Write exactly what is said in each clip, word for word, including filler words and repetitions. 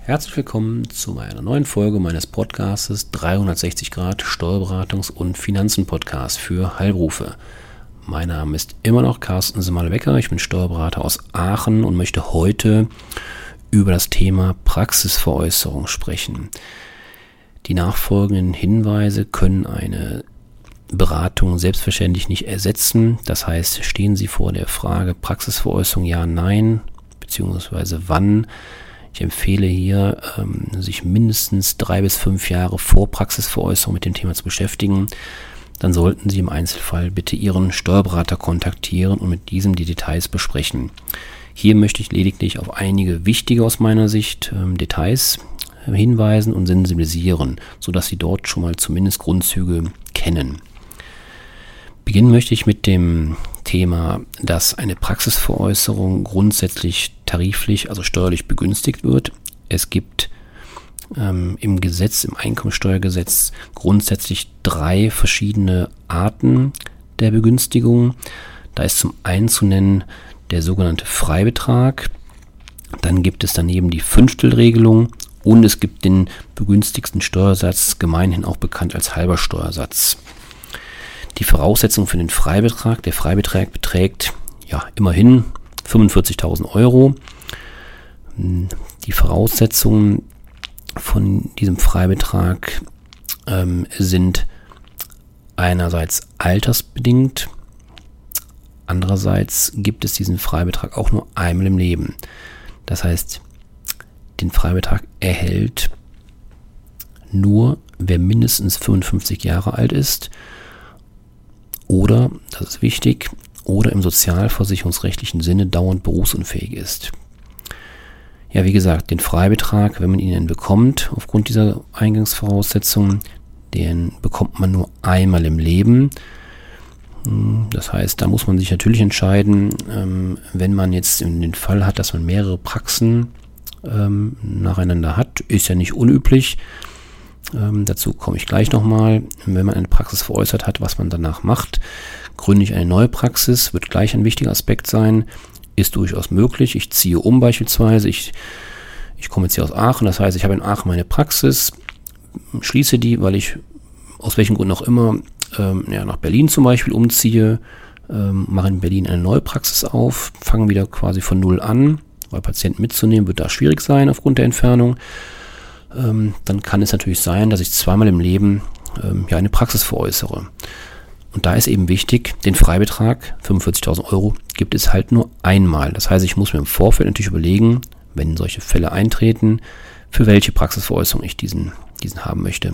Herzlich willkommen zu einer neuen Folge meines Podcastes dreihundertsechzig Grad Steuerberatungs- und Finanzen-Podcast für Heilberufe. Mein Name ist immer noch Carsten Semale-Becker, ich bin Steuerberater aus Aachen und möchte heute über das Thema Praxisveräußerung sprechen. Die nachfolgenden Hinweise können eine Beratung selbstverständlich nicht ersetzen. Das heißt, stehen Sie vor der Frage Praxisveräußerung ja, nein, beziehungsweise wann. Ich empfehle hier, ähm, sich mindestens drei bis fünf Jahre vor Praxisveräußerung mit dem Thema zu beschäftigen. Dann sollten Sie im Einzelfall bitte Ihren Steuerberater kontaktieren und mit diesem die Details besprechen. Hier möchte ich lediglich auf einige wichtige aus meiner Sicht ähm, Details äh, hinweisen und sensibilisieren, sodass Sie dort schon mal zumindest Grundzüge kennen. Beginnen möchte ich mit dem Thema, dass eine Praxisveräußerung grundsätzlich tariflich, also steuerlich begünstigt wird. Es gibt ähm, im Gesetz, im Einkommensteuergesetz grundsätzlich drei verschiedene Arten der Begünstigung. Da ist zum einen zu nennen der sogenannte Freibetrag, dann gibt es daneben die Fünftelregelung und es gibt den begünstigsten Steuersatz, gemeinhin auch bekannt als halber Steuersatz. Die Voraussetzung für den Freibetrag, der Freibetrag beträgt ja immerhin fünfundvierzigtausend Euro. Die Voraussetzungen von diesem Freibetrag ähm, sind einerseits altersbedingt, andererseits gibt es diesen Freibetrag auch nur einmal im Leben. Das heißt, den Freibetrag erhält nur, wer mindestens fünfundfünfzig Jahre alt ist oder, das ist wichtig, oder im sozialversicherungsrechtlichen Sinne dauernd berufsunfähig ist. Ja, wie gesagt, den Freibetrag, wenn man ihn bekommt, aufgrund dieser Eingangsvoraussetzungen, den bekommt man nur einmal im Leben. Das heißt, da muss man sich natürlich entscheiden, ähm, wenn man jetzt den Fall hat, dass man mehrere Praxen ähm, nacheinander hat, ist ja nicht unüblich. Ähm, dazu komme ich gleich nochmal. Wenn man eine Praxis veräußert hat, was man danach macht, gründe ich eine neue Praxis, wird gleich ein wichtiger Aspekt sein, ist durchaus möglich. Ich ziehe um beispielsweise, ich, ich komme jetzt hier aus Aachen, das heißt, ich habe in Aachen meine Praxis, schließe die, weil ich aus welchem Grund auch immer ähm, ja, nach Berlin zum Beispiel umziehe, ähm, mache in Berlin eine neue Praxis auf, fange wieder quasi von Null an, weil Patienten mitzunehmen wird da schwierig sein aufgrund der Entfernung. Ähm, dann kann es natürlich sein, dass ich zweimal im Leben ähm, ja eine Praxis veräußere. Und da ist eben wichtig, den Freibetrag, fünfundvierzigtausend Euro, gibt es halt nur einmal. Das heißt, ich muss mir im Vorfeld natürlich überlegen, wenn solche Fälle eintreten, für welche Praxisveräußerung ich diesen, diesen haben möchte.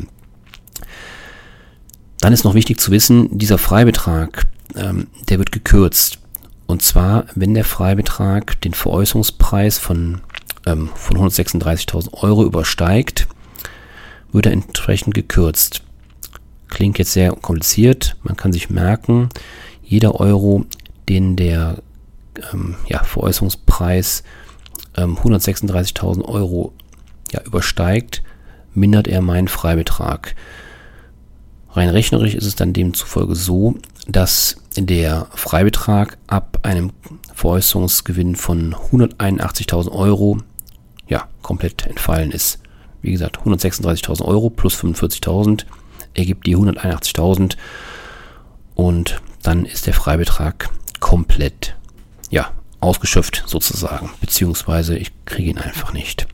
Dann ist noch wichtig zu wissen, dieser Freibetrag, ähm, der wird gekürzt. Und zwar, wenn der Freibetrag den Veräußerungspreis von von hundertsechsunddreißigtausend Euro übersteigt, wird er entsprechend gekürzt. Klingt jetzt sehr kompliziert, man kann sich merken, jeder Euro, den der ähm, ja, Veräußerungspreis ähm, hundertsechsunddreißigtausend Euro ja, übersteigt, mindert er meinen Freibetrag. Rein rechnerisch ist es dann demzufolge so, dass der Freibetrag ab einem Veräußerungsgewinn von hunderteinundachtzigtausend Euro ja, komplett entfallen ist. Wie gesagt, hundertsechsunddreißigtausend Euro plus fünfundvierzigtausend ergibt die hunderteinundachtzigtausend und dann ist der Freibetrag komplett ja, ausgeschöpft sozusagen, beziehungsweise ich kriege ihn einfach nicht.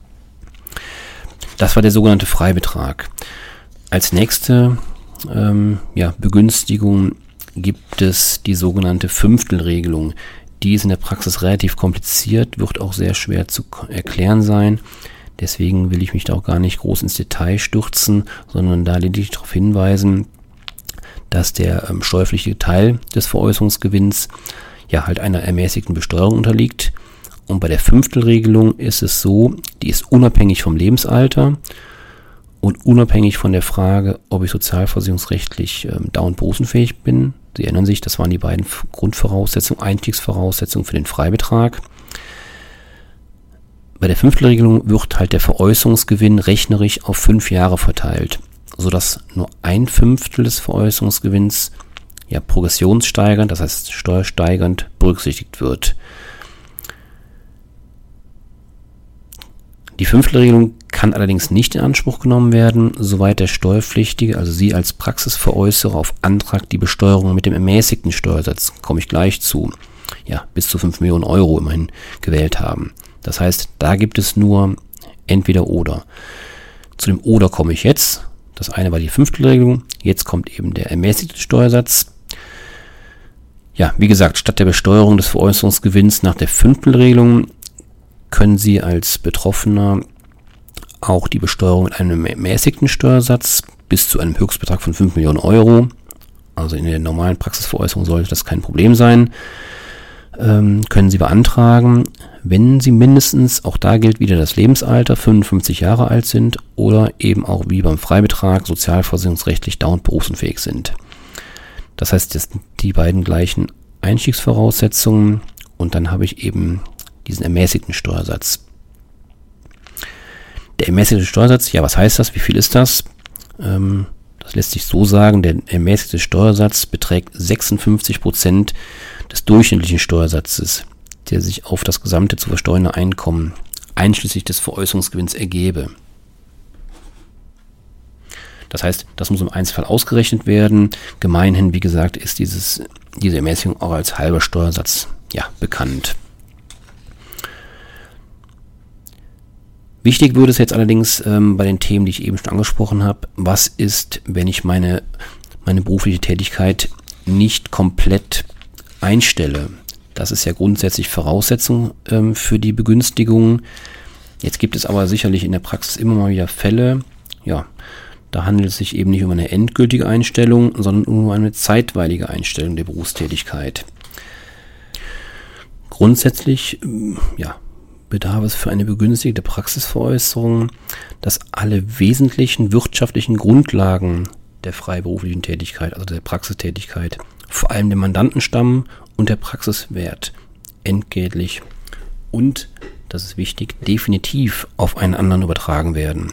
Das war der sogenannte Freibetrag. Als nächste ähm, ja, Begünstigung gibt es die sogenannte Fünftelregelung. Die ist in der Praxis relativ kompliziert, wird auch sehr schwer zu erklären sein. Deswegen will ich mich da auch gar nicht groß ins Detail stürzen, sondern da lediglich darauf hinweisen, dass der ähm, steuerpflichtige Teil des Veräußerungsgewinns ja halt einer ermäßigten Besteuerung unterliegt. Und bei der Fünftelregelung ist es so, die ist unabhängig vom Lebensalter und unabhängig von der Frage, ob ich sozialversicherungsrechtlich ähm, dauernd berufsunfähig bin. Sie erinnern sich, das waren die beiden Grundvoraussetzungen, Einstiegsvoraussetzungen für den Freibetrag. Bei der Fünftelregelung wird halt der Veräußerungsgewinn rechnerisch auf fünf Jahre verteilt, sodass nur ein Fünftel des Veräußerungsgewinns ja progressionssteigernd, das heißt steuersteigernd berücksichtigt wird. Die Fünftelregelung kann allerdings nicht in Anspruch genommen werden, soweit der Steuerpflichtige, also Sie als Praxisveräußerer, auf Antrag die Besteuerung mit dem ermäßigten Steuersatz, komme ich gleich zu, ja, bis zu fünf Millionen Euro immerhin gewählt haben. Das heißt, da gibt es nur entweder oder. Zu dem oder komme ich jetzt. Das eine war die Fünftelregelung, jetzt kommt eben der ermäßigte Steuersatz. Ja, wie gesagt, statt der Besteuerung des Veräußerungsgewinns nach der Fünftelregelung können Sie als Betroffener auch die Besteuerung mit einem ermäßigten Steuersatz bis zu einem Höchstbetrag von fünf Millionen Euro, also in der normalen Praxisveräußerung sollte das kein Problem sein, ähm, können Sie beantragen, wenn Sie mindestens, auch da gilt wieder das Lebensalter, fünfundfünfzig Jahre alt sind oder eben auch wie beim Freibetrag sozialversicherungsrechtlich dauernd berufsunfähig sind. Das heißt, das sind die beiden gleichen Einstiegsvoraussetzungen und dann habe ich eben diesen ermäßigten Steuersatz. Der ermäßigte Steuersatz, ja, was heißt das? Wie viel ist das? Ähm, das lässt sich so sagen, der ermäßigte Steuersatz beträgt sechsundfünfzig Prozent des durchschnittlichen Steuersatzes, der sich auf das gesamte zu versteuernde Einkommen einschließlich des Veräußerungsgewinns ergebe. Das heißt, das muss im Einzelfall ausgerechnet werden. Gemeinhin, wie gesagt, ist dieses, diese Ermäßigung auch als halber Steuersatz ja, bekannt. Wichtig würde es jetzt allerdings ähm, bei den Themen, die ich eben schon angesprochen habe, was ist, wenn ich meine, meine berufliche Tätigkeit nicht komplett einstelle? Das ist ja grundsätzlich Voraussetzung ähm, für die Begünstigung. Jetzt gibt es aber sicherlich in der Praxis immer mal wieder Fälle, ja, da handelt es sich eben nicht um eine endgültige Einstellung, sondern um eine zeitweilige Einstellung der Berufstätigkeit. Grundsätzlich, ja, bedarf es für eine begünstigte Praxisveräußerung, dass alle wesentlichen wirtschaftlichen Grundlagen der freiberuflichen Tätigkeit, also der Praxistätigkeit, vor allem der Mandantenstamm und der Praxiswert, entgeltlich und, das ist wichtig, definitiv auf einen anderen übertragen werden.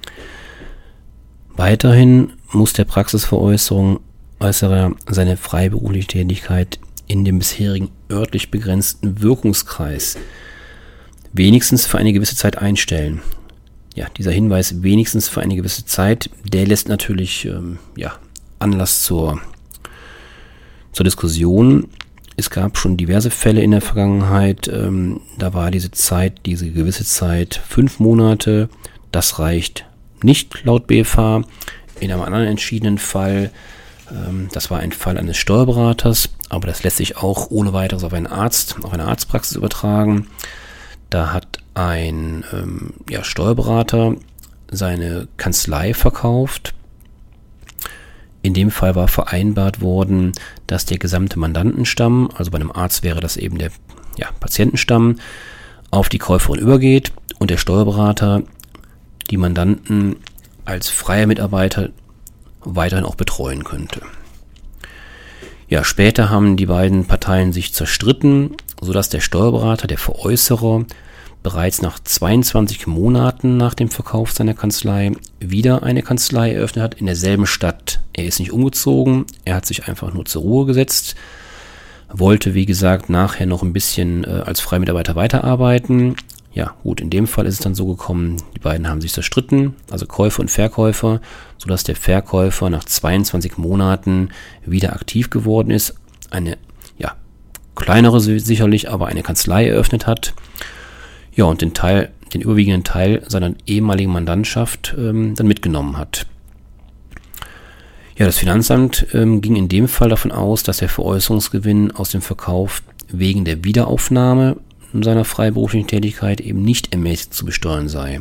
Weiterhin muss der Praxisveräußerer seine freiberufliche Tätigkeit in dem bisherigen örtlich begrenzten Wirkungskreis wenigstens für eine gewisse Zeit einstellen. Ja, dieser Hinweis wenigstens für eine gewisse Zeit, der lässt natürlich ähm, ja, Anlass zur, zur Diskussion. Es gab schon diverse Fälle in der Vergangenheit, ähm, da war diese Zeit, diese gewisse Zeit fünf Monate, das reicht nicht laut B F H. In einem anderen entschiedenen Fall, ähm, das war ein Fall eines Steuerberaters, aber das lässt sich auch ohne weiteres auf einen Arzt, auf eine Arztpraxis übertragen. Da hat ein ähm, ja, Steuerberater seine Kanzlei verkauft. In dem Fall war vereinbart worden, dass der gesamte Mandantenstamm, also bei einem Arzt wäre das eben der ja, Patientenstamm, auf die Käuferin übergeht und der Steuerberater die Mandanten als freier Mitarbeiter weiterhin auch betreuen könnte. Ja, später haben die beiden Parteien sich zerstritten, sodass der Steuerberater, der Veräußerer, bereits nach zweiundzwanzig Monaten nach dem Verkauf seiner Kanzlei wieder eine Kanzlei eröffnet hat in derselben Stadt. Er ist nicht umgezogen, er hat sich einfach nur zur Ruhe gesetzt, wollte, wie gesagt, nachher noch ein bisschen äh, als Freimitarbeiter weiterarbeiten. Ja, gut, in dem Fall ist es dann so gekommen, die beiden haben sich zerstritten, also Käufer und Verkäufer, sodass der Verkäufer nach zweiundzwanzig Monaten wieder aktiv geworden ist, eine, ja, kleinere sicherlich, aber eine Kanzlei eröffnet hat, ja, und den Teil, den überwiegenden Teil seiner ehemaligen Mandantschaft ähm, dann mitgenommen hat. Ja, das Finanzamt ähm, ging in dem Fall davon aus, dass der Veräußerungsgewinn aus dem Verkauf wegen der Wiederaufnahme seiner freiberuflichen Tätigkeit eben nicht ermäßigt zu besteuern sei.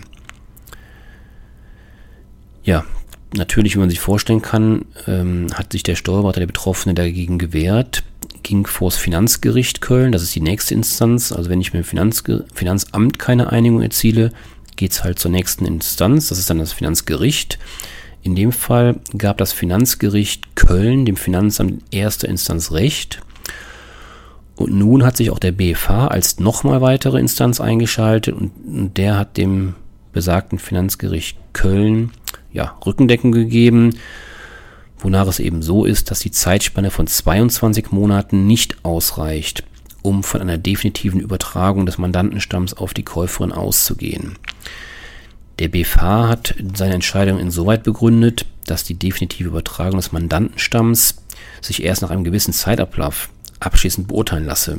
Ja, natürlich, wie man sich vorstellen kann, ähm, hat sich der Steuerberater, der Betroffene, dagegen gewehrt, ging vor das Finanzgericht Köln, das ist die nächste Instanz, also wenn ich mit dem Finanzge- Finanzamt keine Einigung erziele, geht es halt zur nächsten Instanz, das ist dann das Finanzgericht. In dem Fall gab das Finanzgericht Köln dem Finanzamt in erster Instanz Recht. Und nun hat sich auch der B F H als nochmal weitere Instanz eingeschaltet und, und der hat dem besagten Finanzgericht Köln ja, Rückendeckung gegeben, wonach es eben so ist, dass die Zeitspanne von zweiundzwanzig Monaten nicht ausreicht, um von einer definitiven Übertragung des Mandantenstamms auf die Käuferin auszugehen. Der B F H hat seine Entscheidung insoweit begründet, dass die definitive Übertragung des Mandantenstamms sich erst nach einem gewissen Zeitablauf abschließend beurteilen lasse.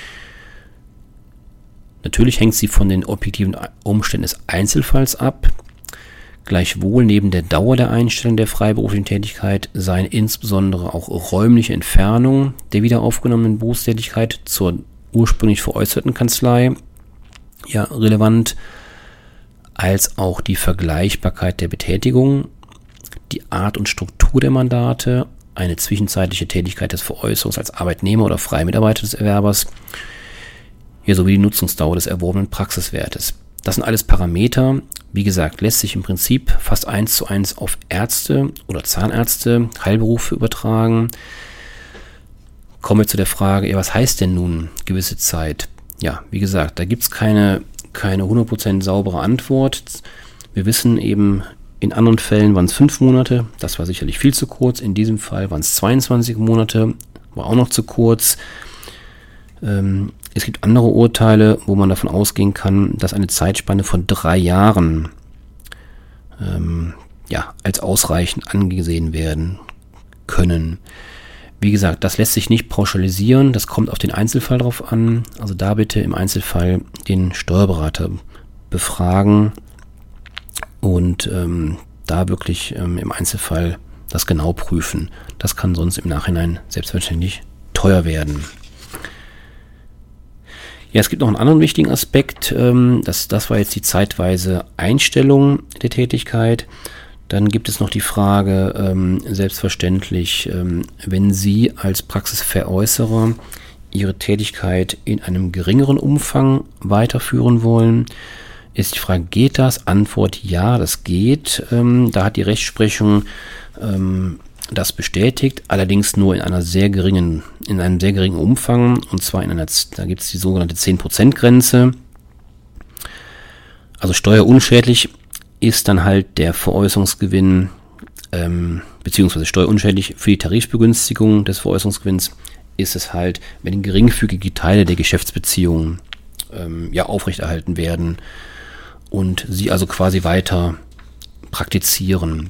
Natürlich hängt sie von den objektiven Umständen des Einzelfalls ab. Gleichwohl neben der Dauer der Einstellung der freiberuflichen Tätigkeit seien insbesondere auch räumliche Entfernung der wieder aufgenommenen Berufstätigkeit zur ursprünglich veräußerten Kanzlei ja relevant, als auch die Vergleichbarkeit der Betätigung, die Art und Struktur der Mandate, eine zwischenzeitliche Tätigkeit des Veräußerers als Arbeitnehmer oder freier Mitarbeiter des Erwerbers, ja, sowie die Nutzungsdauer des erworbenen Praxiswertes. Das sind alles Parameter, wie gesagt, lässt sich im Prinzip fast eins zu eins auf Ärzte oder Zahnärzte, Heilberufe übertragen. Kommen wir zu der Frage, ja, was heißt denn nun gewisse Zeit? Ja, wie gesagt, da gibt es keine, keine hundert Prozent saubere Antwort. Wir wissen eben, in anderen Fällen waren es fünf Monate, das war sicherlich viel zu kurz. In diesem Fall waren es zweiundzwanzig Monate, war auch noch zu kurz. Ähm, es gibt andere Urteile, wo man davon ausgehen kann, dass eine Zeitspanne von drei Jahren ähm, ja, als ausreichend angesehen werden können. Wie gesagt, das lässt sich nicht pauschalisieren, das kommt auf den Einzelfall drauf an. Also da bitte im Einzelfall den Steuerberater befragen und ähm, da wirklich ähm, im Einzelfall das genau prüfen. Das kann sonst im Nachhinein selbstverständlich teuer werden. Ja, es gibt noch einen anderen wichtigen Aspekt. Ähm, das, das war jetzt die zeitweise Einstellung der Tätigkeit. Dann gibt es noch die Frage, ähm, selbstverständlich, ähm, wenn Sie als Praxisveräußerer Ihre Tätigkeit in einem geringeren Umfang weiterführen wollen, ist die Frage, geht das? Antwort ja, das geht. Ähm, da hat die Rechtsprechung ähm, das bestätigt, allerdings nur in einer sehr geringen, in einem sehr geringen Umfang, und zwar in einer, da gibt es die sogenannte zehn Prozent Grenze. Also steuerunschädlich ist dann halt der Veräußerungsgewinn, ähm, beziehungsweise steuerunschädlich für die Tarifbegünstigung des Veräußerungsgewinns ist es halt, wenn geringfügige Teile der Geschäftsbeziehungen ähm, ja aufrechterhalten werden und sie also quasi weiter praktizieren.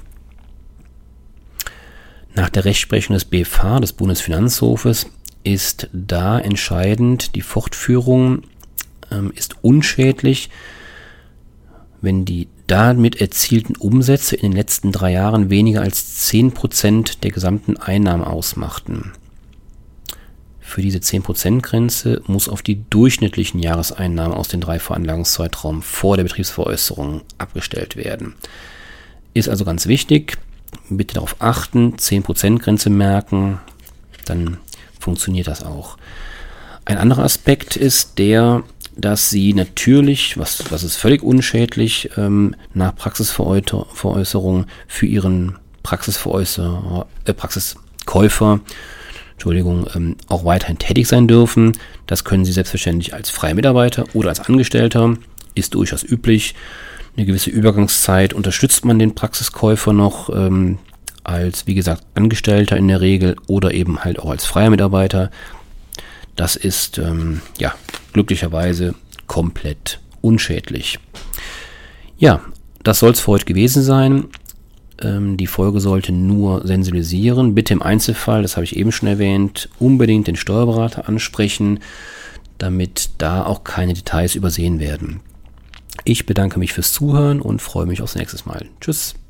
Nach der Rechtsprechung des B F H, des Bundesfinanzhofes, ist da entscheidend, die Fortführung ähm, ist unschädlich, wenn die damit erzielten Umsätze in den letzten drei Jahren weniger als zehn Prozent der gesamten Einnahmen ausmachten. Für diese zehn Prozent Grenze muss auf die durchschnittlichen Jahreseinnahmen aus den drei Veranlagungszeitraum vor der Betriebsveräußerung abgestellt werden. Ist also ganz wichtig. Bitte darauf achten, zehn Prozent Grenze merken, dann funktioniert das auch. Ein anderer Aspekt ist der, dass Sie natürlich, was, was ist völlig unschädlich, ähm, nach Praxisveräußerung für Ihren Praxisveräußerer, äh, Praxiskäufer, Entschuldigung, ähm, auch weiterhin tätig sein dürfen. Das können Sie selbstverständlich als freier Mitarbeiter oder als Angestellter, ist durchaus üblich. Eine gewisse Übergangszeit unterstützt man den Praxiskäufer noch ähm, als, wie gesagt, Angestellter in der Regel oder eben halt auch als freier Mitarbeiter. Das ist ähm, ja glücklicherweise komplett unschädlich. Ja, das soll es für heute gewesen sein. Ähm, die Folge sollte nur sensibilisieren. Bitte im Einzelfall, das habe ich eben schon erwähnt, unbedingt den Steuerberater ansprechen, damit da auch keine Details übersehen werden. Ich bedanke mich fürs Zuhören und freue mich aufs nächste Mal. Tschüss.